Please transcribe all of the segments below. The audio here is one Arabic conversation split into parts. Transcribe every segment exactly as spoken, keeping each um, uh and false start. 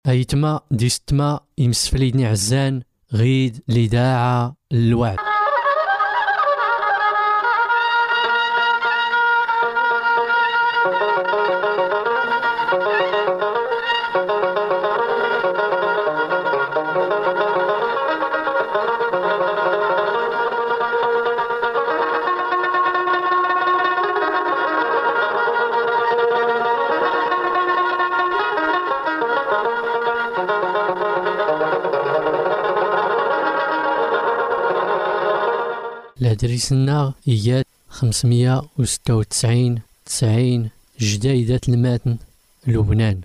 أيتما ديستما يمسفليدني عزان غيد لداعة الوعد. الهدريسنا إياد خمسمية وستة وتسعين تسعين جدايدة الماتن لبنان.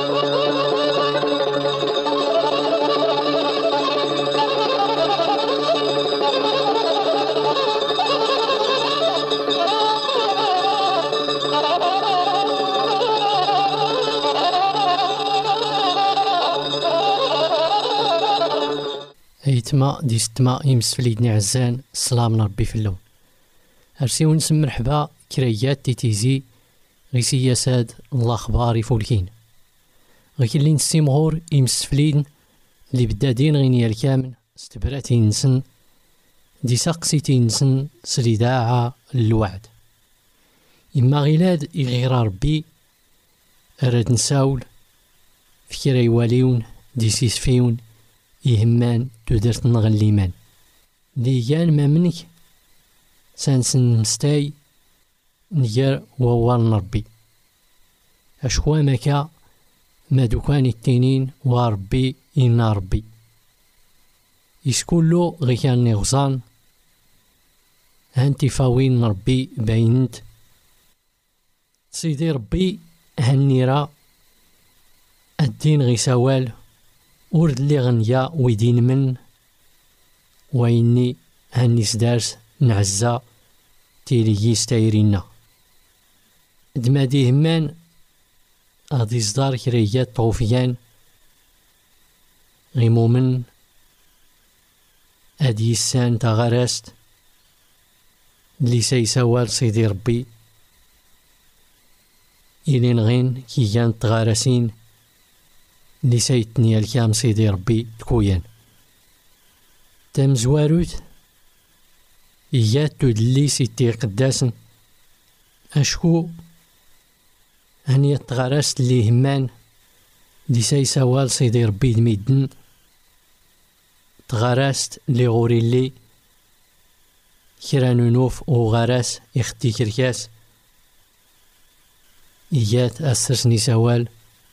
أيتما ديستما يمسفليدني عزان السلام ربي في اللون. أرسيو نسم مرحبا كريات تيتيزي غي سياساد الله خباري فولكين غي كلين السيمغور يمسفليدن اللي بدادين غينيا الكامل استبراتي نسن دي ساقسيتي نسن سريداعة الوعد. إما غيلاد إغير ربي أراد نساول فكرة يواليون دي سيسفيون يهمان تودرت نغليمان ديان ما منك سانسن مستاي نجار ووال نربي أشكوا مكا ما دوكان التنين وربي إنا ربي يسكولو غي كان نغزان هانتي فاوين نربي باينت سيدي ربي هنيرا الدين غي سوال ورد اللي غنيا ويدين من ويني هاني سدارس نعزا تيلي ستايرينا دمادي همان غادي صدار كريات طوفيان غيمو من هادي السان تغرست اللي سيسوال سيدي ربي إلين غين كي كان تغارسين اللي سيتني الكام سيدي ربي تكوين تم زواروت إيات تدلي سيتي قداسن أشكو هني تغرست اللي همان اللي سيسوال سيدي ربي دميدن تغرست اللي غوري اللي كرانو نوف وغراس يختي كركاس إيات أسرسني سوال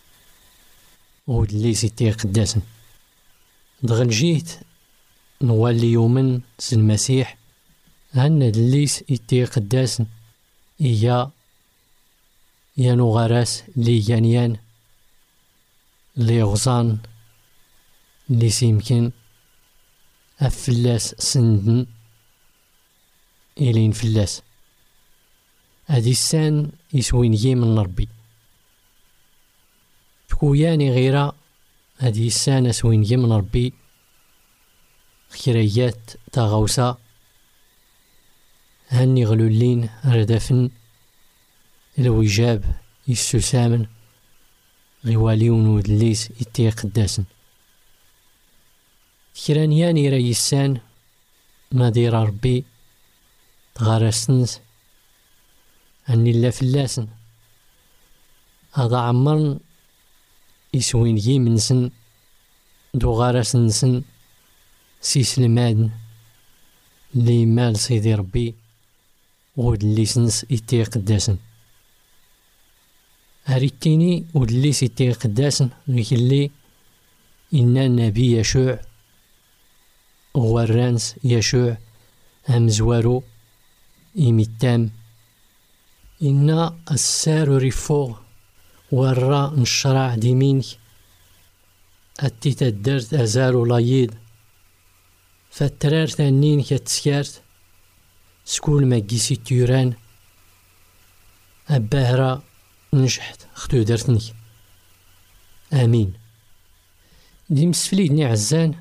ودلي سيتي قداسن دغن جيت نوالي يومن سن المسيح هن دليس يتي قداسن إيا يانو غراس لي يانيان لي غزان لي سيمكن أفلاس سندن إلين فلاس هادي السان يسوين يي من ربي تكوياني غيرا هادي السان اسوين يي من ربي خيريات تاغوسا هاني غلولين ردفن الوجاب يسوسامن غيواليون ودليس يتي قداسن كرانياني ريسان ما دير ربي تغارسنس هاني لا فلاسن هذا عمرن يسوين يي منسن دو غارسنسن سيس المادن لي مال سيدي ربي ودلي سنس يتي قداسن هاريتيني ودلي سيتي قداسن غيكلي إن النبي يشوع هو الرانس يشوع همزوارو إميتام إن السار رفوغ ورا نشرع ديمينك أتي تدرت أزارو لايد فترار تانين كتسكارت سكول ما قيسي تيوران أباهرا نجحت اختو درتني آمين دي مسفليدني عزان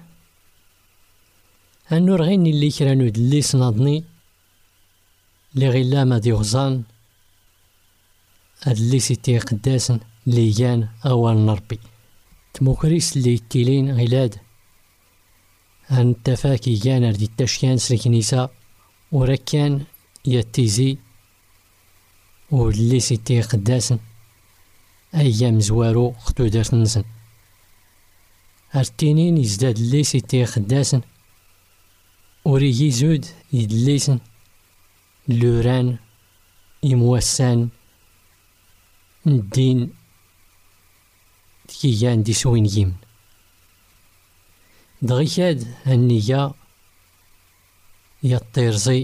هنور غيني اللي كرانو دلي سناضني لي غيلا ما دي غزان هاد اللي سيتي قداسن لي كان أول نربي تموكريس اللي يتيلين غلاد أن تفاكي جانر دي التشكان سركنيسا وركان يتيزي واللي سيتي قداسن أيام زوارو خطو دارت نسن هرتينين يزداد اللي سيتي قداسن وريجي زود يدليسن لوران يموسان الدين كيان دي سوين يمن دغيكاد هنيا يطيرزي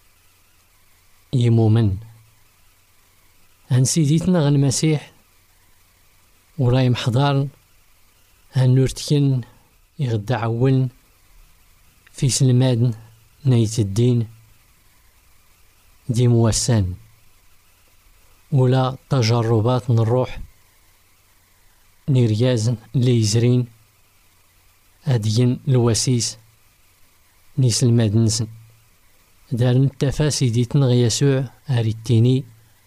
يمومن هن سيديتنا غن المسيح وراي محضارن هن نورتكن يغدا عون في سلمادن نايت الدين دي موسان ولا تجربات نروح نيريازن ليزرين أدين الوسيس نيس المادنسن دارن التفاسي ديتن غي يسوع أريتيني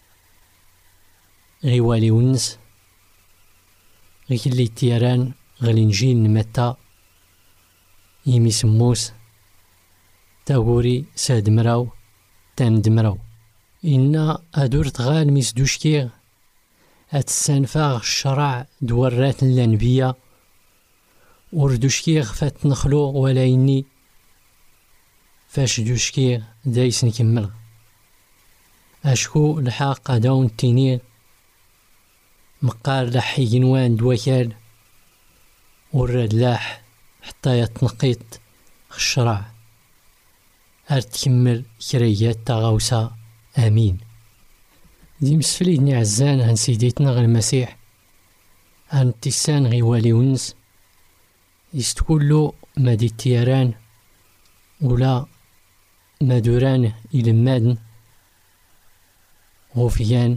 غي والي ونس غي كلي تيران غلي نجين نمتا يمي سموس تاغوري ساد مراو تاند مراو إنا أدور تغال ميس دوشكيغ أتسانفاغ الشرع دورات الأنبياء وردوشكيغ فات نخلو ولا إني فاش دوشكيغ دايس نكمل أشكو الحاق داون تينير مقار لحي جنوان دوكال ورد لاح حتى يتنقيط الشرع أرتكمل كريات تغاوسا آمين. دي مسفليدني عزان هن سيديتنا غير المسيح هن تيسان غي والي ونس يستكولو ما دي تيران ولا ما دوران إلمادن غوفيان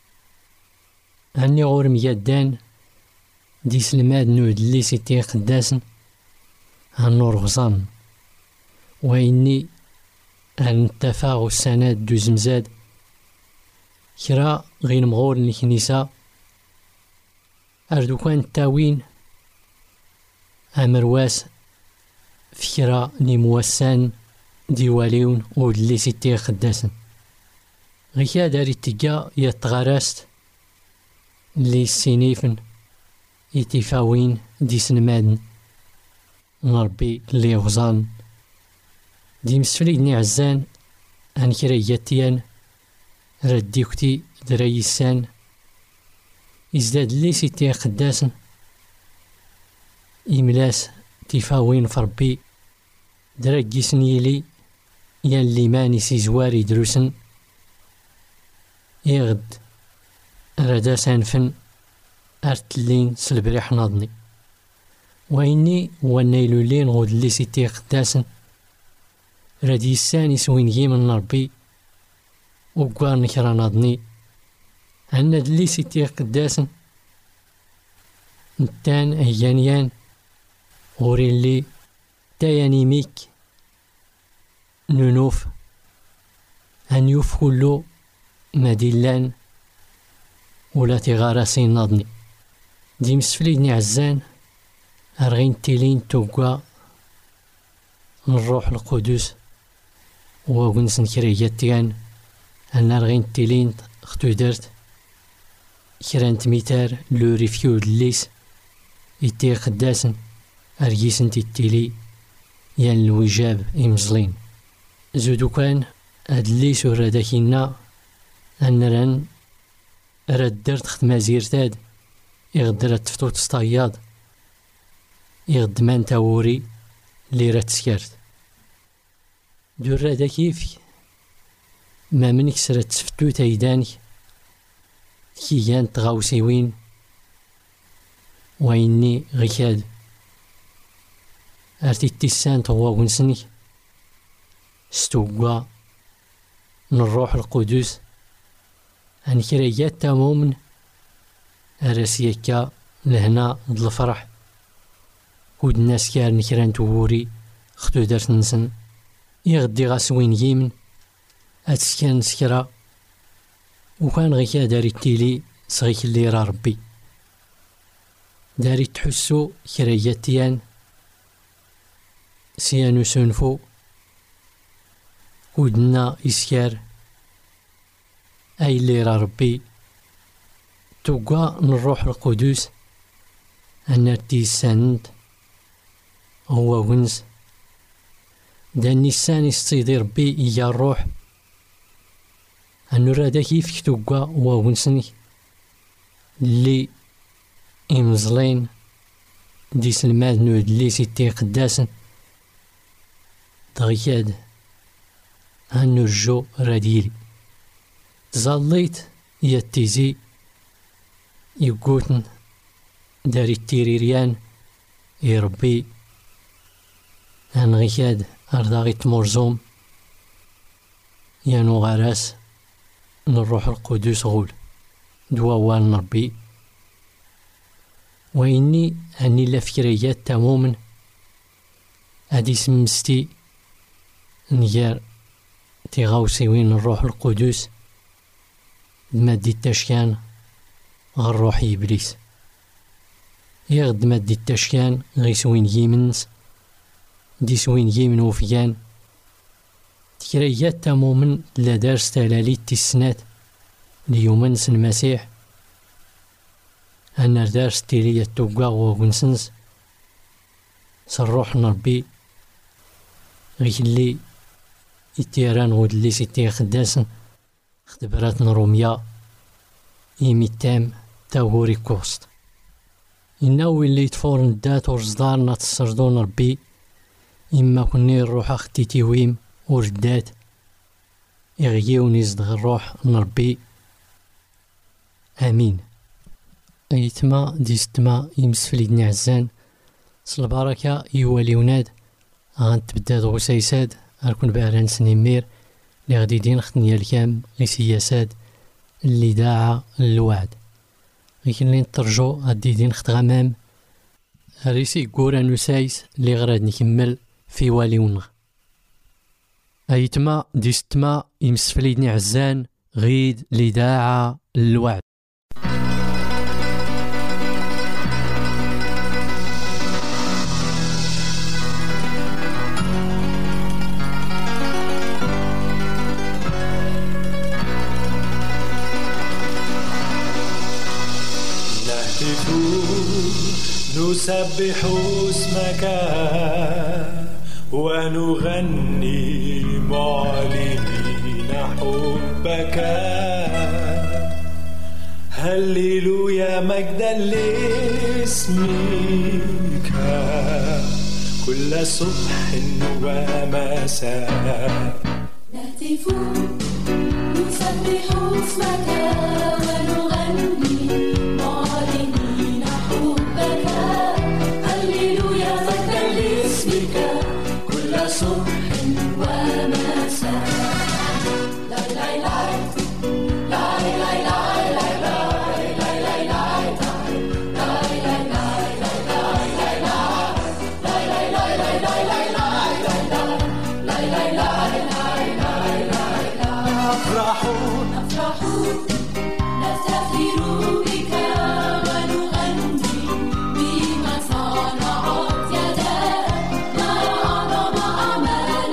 هني غور ميادان دي سلماد نود اللي سيتي قداسن هن نور غزان وإني هن تفاغ السناد دو زمزاد كرا غين مغور الكنيسة أردو كان تاوين أمرواس فكرة نيموسان ديواليون ودلي سيتي قداسن غيكا داري تيجا يتغراست لي سينيفن يتفاوين دي سنمادن نربي لي غزان دي مسفليدني عزان هن كرياتيان رديكتي دريسان يزداد لي سيتي قداسن إملاس تفاوين فربي دراجيسن يلي يان ليماني سي زواري دروسن يغد رداسان فن أرتلين سلبريح ناضني وإني ونيلو لين غود لي سيتي قداسن رديسان يسوين يمن ربي وقوار نكرا ناضني عنا دلي سيتي قداسن نتان أيانيان غورين لي تاياني ميك نونوف هن يوف كلو مدلان ولا تغارسين ناضني دي مسفليدني عزان أرغين تيلين توقع نروح القدس وغنسن كرياتيان أنا رغين تيلين خطو درت كرانت ميتار لو ريفيو دليس يتي قداسن أرجيسن تيتيلي يان الوجاب إمزلين زودو كان هاد الليس وراداكينا أن ران راد درت خدمة زيرتاد يغدر تفتو تسطاياد يغدمان تاوري لي راه تسكرت دور رادا كيف ما منك سرات تفتو تايدانك كيان تغاوسيوين وإني غيكاد أرتي تيسان تغواغن سنك ستوغا نروح القدس عن كريات تامومن أراسيكا لهنا د الفرح ود الناس كار نكران توري خطو دارت نسن يغدي غاسوين يمن أتسكان سكرا وكان غيكا داري التيلي صغيك اللي راه ربي داري تحسو كرياتيان سيانو سنفو ودنا إسكار أي اللي ربي توقع نروح القدوس أن تيساند هو ونز داني السان يستيدي ربي إيا الروح أنو رادا كيف توقع هو ونسني اللي إمزلين دي سلماد نود اللي سيتي قداسن دغياد هنو الجو راديري تظليت يتيزي يقوتن داري التيريريان يربي هنغياد أرضاغي تمرزوم يانو غراس نروح القدوس غول دواوان نربي وإني أني لفكريات تمومن أدي سمستي نجار تيغاوسي وين الروح القدوس مادي التشكان غير روح إبليس يغد مادي التشكان غيسوين يمنس دي سوين يمن وفيان تكريات تمومن لا دارس تلاليت تسنات ليومنس المسيح أنا دارس تيريا توقع وغنسنس سنروح نربي غيك اللي يتيران غود اللي سيتي خداسن خدبرات نروميا إيمي تام تاغوري كوست إناو اللي يتفورن الدات ورزدارنا تصردون ربي إما كني الروح أختي تيويم وردات يغيوني يزدغ الروح نربي آمين. أيتما ديستما يمسفلي دني عزان سالبركة يوالي وناد غنتبدا غسيساد غنكون باران سنيمير لي غادي دين ختنيا الكام لي سياسات اللي داعا الوعد لكن اللي نترجو غادي دين خت غمام ريسي كورا نسايس اللي غراد نكمل في والي ونغ. أيتما ديستما يمسفلي دني عزان غيد لي داعا الوعد. نسبح اسمك ونغني معلنين حبك هللويا مجدا لاسمك كل صبح ومساء نهتف نسبح اسمك ونغني معلنين حبك هللويا مجدا لاسمك كل صبح ومساء لا لا لا لا لا لا نفرح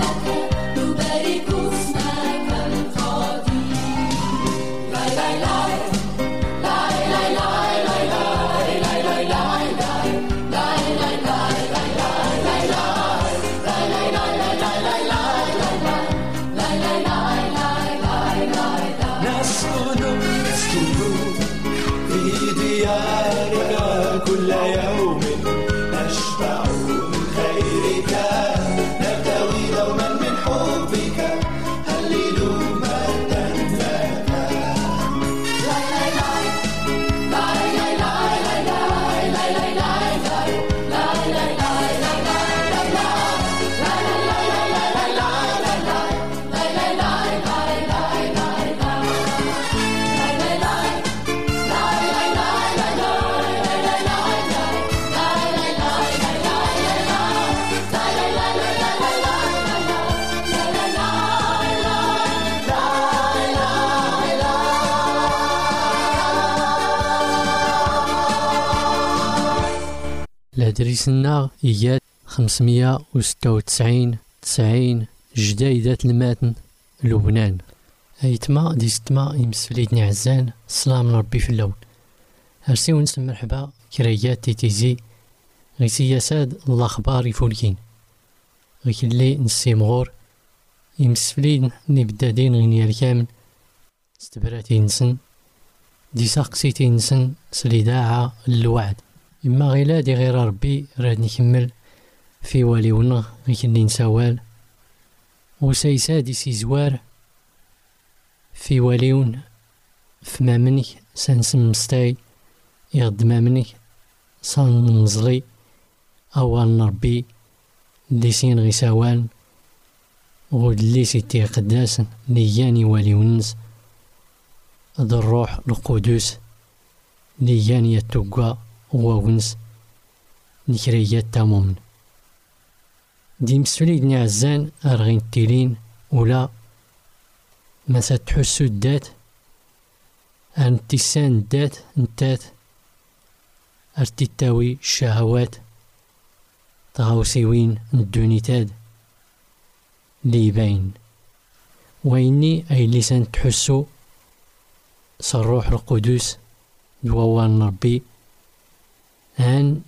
لادريسنا إيات خمسمية وستة وتسعين تسعين جدايدة الماتن لبنان. أيتما ديستما يمسفليدني عزان السلام من ربي في اللون. هرسي ونسم مرحبا كريات تيتيزي غي سياساد الأخبار يفولكين غي اللي نسي مغور يمسفلين نبدادين غنيال كامل استبراتي نسن دي ساقسيتي نسن سليداعة الوعد إما غيلا دي غير ربي راد نكمل في والي ونغ غي اللي نسوال وسيسادي سيزوار في واليون فما منك سنسم مستاي يغد ما منك سنمزلي أوال نربي اللي سين غي سوال غود اللي سيتي قداسن لياني والي ونس هذا الروح القدوس لياني يتوقع وونس نكريات تامومن دي مسفليدني عزان أرغين التيلين ولا ما ستحسو الدات أن تسان الدات نتات ارتتاوي الشهوات تغاوسيوين الدونيتاد لي باين وإني أي لسان تحسو صروح القدوس دووان ربي أن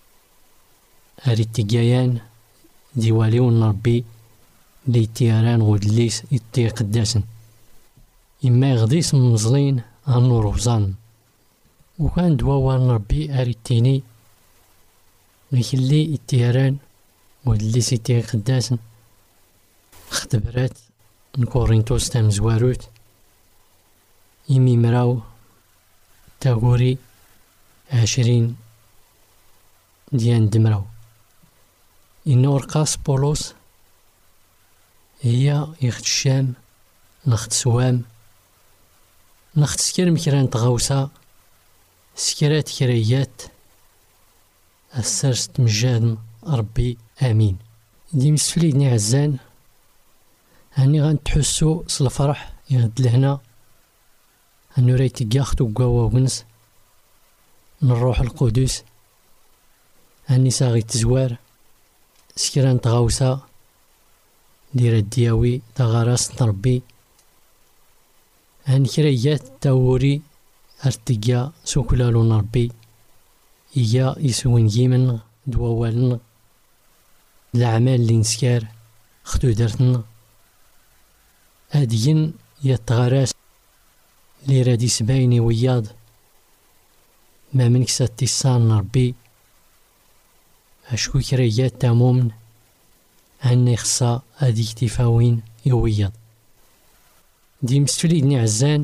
أريتيجيان ديواليون ربي لي تيران غدليس يطي قداسن إما يغديس مزلين النور وزان وكان دووان ربي أريتيني غيخلي التيران غدليس يطي قداسن اختبرات نكورينتوس تام زواروت إمي مراو تاغوري عشرين ديان دمراو إنو رقاص بولوس هي يخت الشام نخت سوام نخت سكر مكران تغوصا سكرات كريات السرس مجادم ربي آمين. دي مسفليدني عزان هاني غنتحسو صالفرح يغد لهنا أنو رايتي ياختو قواوا ونس من الروح القدس هاني ساغي تزوار سكران تغاوسا دير الدياوي تغاراس نربي هاني كريات تاوري ارتقيا سوكلالو نربي إيا يسوين جيمن دووالن الأعمال اللي نسكار خدو درتن هادين يتغراس لي رادي سبايني وياض ما منك ستيسان ربي أشكو كريات تامومن هاني خصا هاديك تفاوين يوياض. دي مسفليدني عزان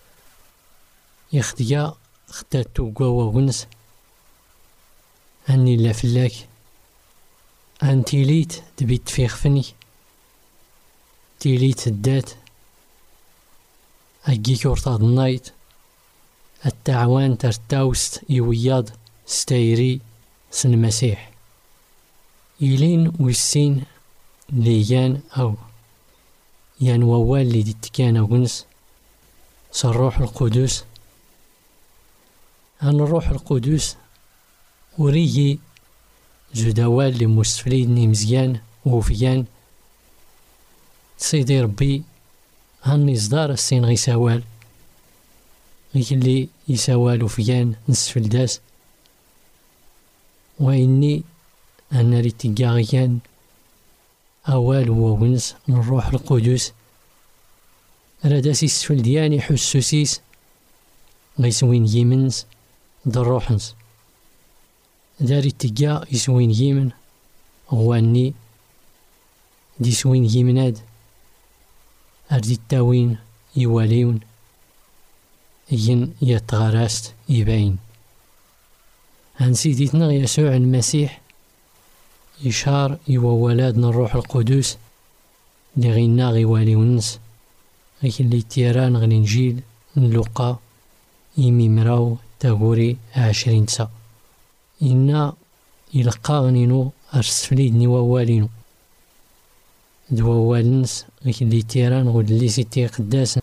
يخديا خداتو قواوا ونس هاني لا فلاك هان تيليت تبيت في خفني تيليت الدات أجيك ورطاد النايت التعوان ترتاوست يوياض ستايري سن المسيح إلين ويسين ليان أو يان ووال لي ديتكان ونس صروح القدس أن الروح القدس وريجي زدوال لمسفليدني مزيان وفيان سيدي ربي هاني صدار السين غي سوال غي اللي يسوالو فيان نسفل داس وإني أنا ريتيقا غيان أوال وونس من الروح القدس راداسي السفل دياني حسوسيس غيسوين يمنس دروحنس داري تيقا يسوين يمن غواني دي سوين يمناد أردي التاوين يواليون ين يتغراست يباين عن سيدتنا يسوع المسيح يشار يوالادنا الروح القدس اللي غينا غيواليونس غي اللي تيران غننجيل نلقى يمي مراو تاغوري عشرين تسا إنا يلقى غنينو أرسفليدني ووالينو دووالنس غي اللي تيران غود اللي سيتي قداسن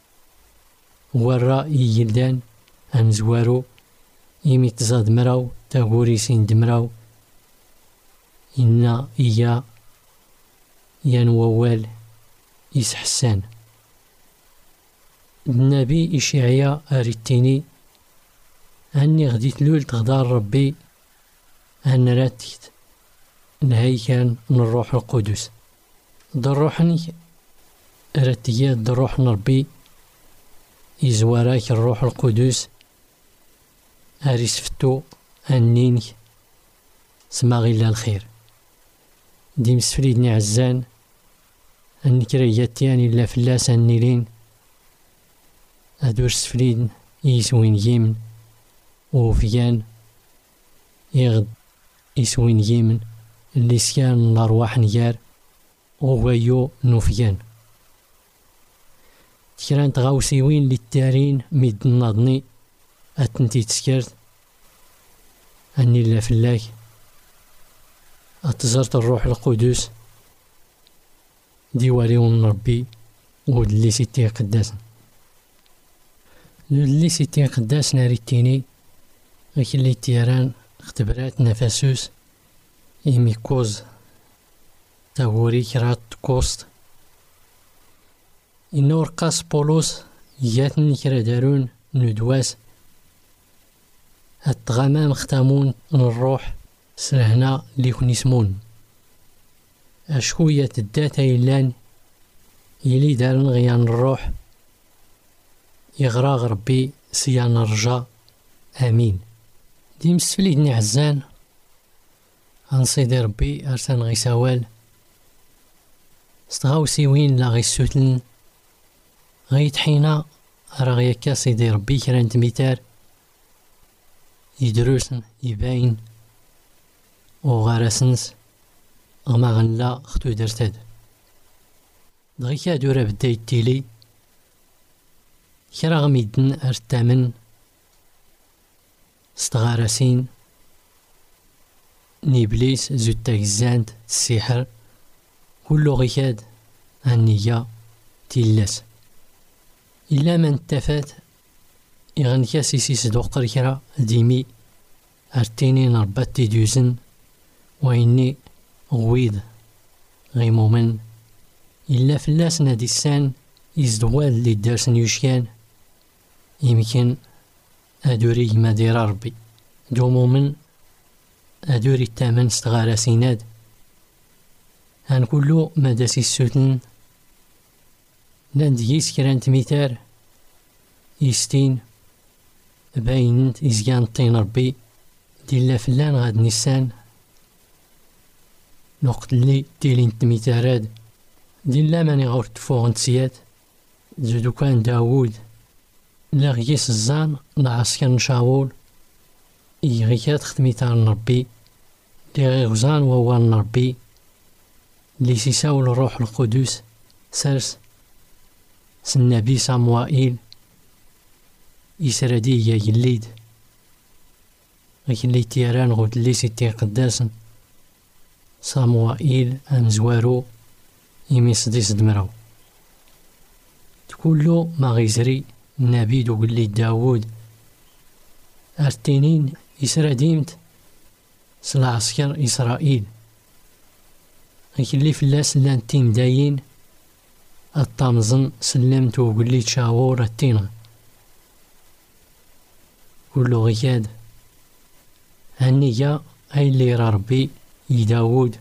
ورا يجلدان أمزوارو يمي تزاد مراو تاغوري سين دمراو إنا إيا يان ووال يسحسان. النبي إشعيا أريتيني أني غدي تلول تغدار ربي أن راتيت الهيكل من الروح القدس. دروحني راتيات دروح ربي يزوراك الروح القدس أريسفتو أنينك سما غيلا الخير. ديم سفريدني عزان أنك رياتيان إلا فلاس النيلين أدور سفريد يسوين يمن وفيان يغد يسوين يمن اللي سيان الأرواح نيار وغيو نوفيان. تكران تغاوسيوين للتارين ميد الناضني أتنتي تسكرت أني لا فلاك أتزرت الروح القدس ديواريون ربي ودلي سيتي قداسن. اللي سيتي قداس ناريتيني غيك اللي تيران اختبرات نفاسوس إيميكوز تاغوري كرات كوست إنو رقاس بولوس ياتني كرا دارون ندواس التغامام مختامون الروح سرهنا ليكون يسمون أشكوية الداتا إلان يلي دارن غيان الروح يغراغ ربي سيان رجا آمين. ديم سفليدني عزان أنصيدي ربي أرسان غيساوال ستغاوسيوين لا غيسوتن غيتحينا راه ياكا سيدي ربي كران تميتار يدروسن يباين وغارسنس غما غنلا ختو درتاد دغيكا دورا بدا يتيلي كرا غميدن ارتامن ستغارسين نيبليس زود تاكزاند السحر كلو غيكاد النية تيلاس إلا من تفات يغنكا سيسي صدوق ركرا ديمي أرتيني نربات تيدوزن وإني غويد غيمومن إلا فلاس نادي السان يزدوال اللي دارسن يوشكان يمكن أدوري ما دير ربي دومو من أدوري التامن استغارة سيناد هان كلو مداسي السوتن لانديس كران تميتار يستين باينت إزيان طين ربي ديلا فلان غاد نيسان نوقت اللي ديلين تميتاراد ديلا ماني غور تفوغ نتسيات زودو كان داوود لا غيس الزان لا عسكر نشاول يغيكات ختميتان ربي لي غيغزان ووان ربي لي سيساول الروح القدس سرس سنبي صموائيل يسردي يا يليد غيك اللي تيران غود اللي سيتي قداسن صموائيل أمزوارو يميس ديس دمراو تقولو ما غيزري النبي دوك اللي داوود أرتينين يسرديمت سلا عسكر إسرائيل غيك اللي فلاس لان تيم داين الطامزن سلمت وقلي تشاور التينا كلو غياد هنيا أي اللي ربي يداود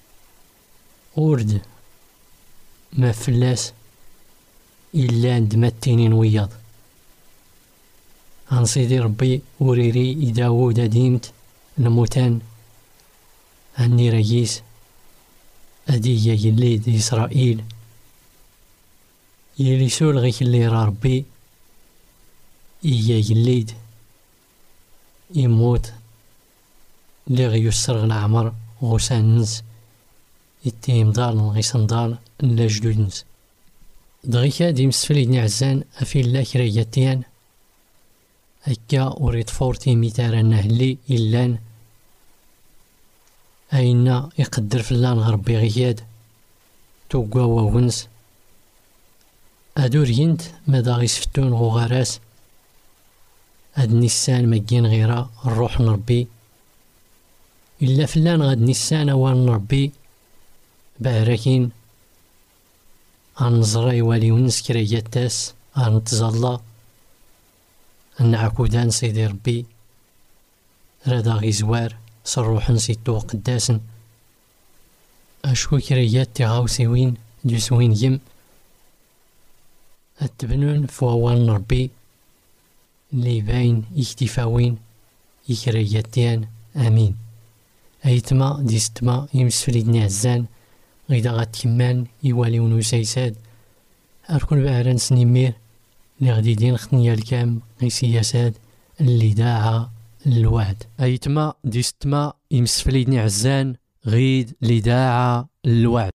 ورد ما فلاس إلا عند متينين وياض عن سيدي ربي وريري يداود ديمت الموتان هني رئيس أدي يليد إسرائيل يلي سول غيك اللي ربي إيا يليد يموت اللي غيسرغ العمر غوساننس يتيم دار غيسان دار لا جدودنس دغيكا ديم سفليدني عزان أفي الله كرياتيان هكا وريد فورتي ميتارا نهلي إلان أين يقدر فلان غربي غياد توقوا وونس أدور ينت مادا غيسفتون غوغاراس هاد نيسان مجين غيرا الروح نربي إلا فلان غاد نسان وان ربي باراكين غنزرى يوالي ونس كريات تاس غنتزالى نعكودان سيدي ربي رادا غي زوار صروحن سيتو قداسن أشكو كريات تغاوسيوين دوسوين يم التبنون فوان ربي اللي باين اكتفاوين يكرياتيان امين ايتما ديستما يمسفليدني عزان غيدا غاتكمان يواليون وسيساد اركون بعران سنيمير اللي غادي دين خطنيا الكام غي سياسات اللي داعا الوعد ايتما ديستما يمسفليدني عزان غيد اللي داعا الوعد.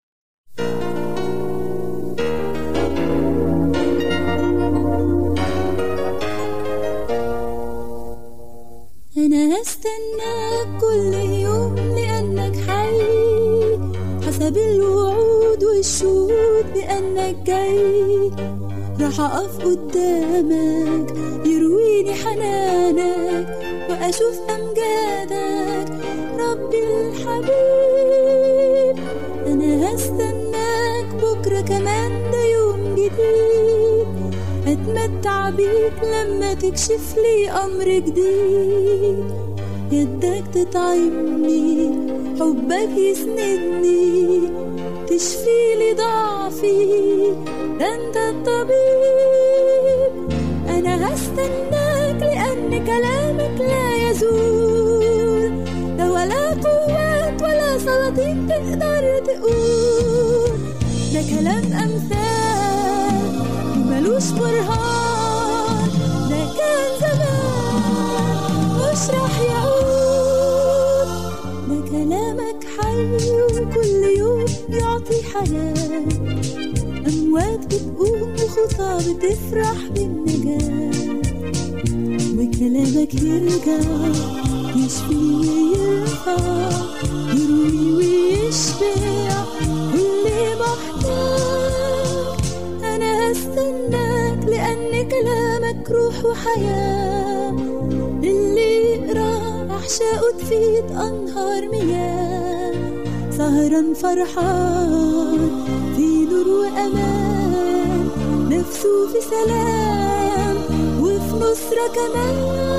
أنا هستناك كل يوم لأنك حي، حسب الوعود والشهود بأنك جاي. راح أقف قدامك يرويني حنانك وأشوف أمجادك ربي الحبيب. أنا هستناك بكرة كمان ده يوم جديد، أتمتع بيك لما تكشف لي أمر جديد. يدك تطعمني، حبك يسندني، تشفي لي ضعفي، ده أنت الطبيب. أنا هستناك لأن كلامك لا يزول، لا ولا قوات ولا سلاطين تقدر تقول. ده كلام أمثال ملوش برهان، ده كان زمان مش راح يعود. ده كلامك حي وكل يوم يعطي حياة، أموات بتقوم وخطى بتفرح بالنجاة. وكلامك يرجع يشفي ويرفع، يروي ويشبع كل محتاج. أنا هستناك لأن كلامك روح وحياة، اللي يقرأ أحشاءه تفيد أنهار مياه. سهران فرحان في نور وأمان، نفسه في سلام وفي نصرة كمان.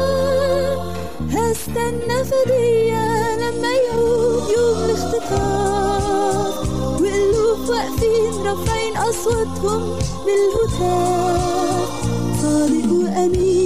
هستنى فدية لما يعود يوم الاختطاف، وقلوب واقفين رافعين أصواتهم بالهتاف. صادق وأمين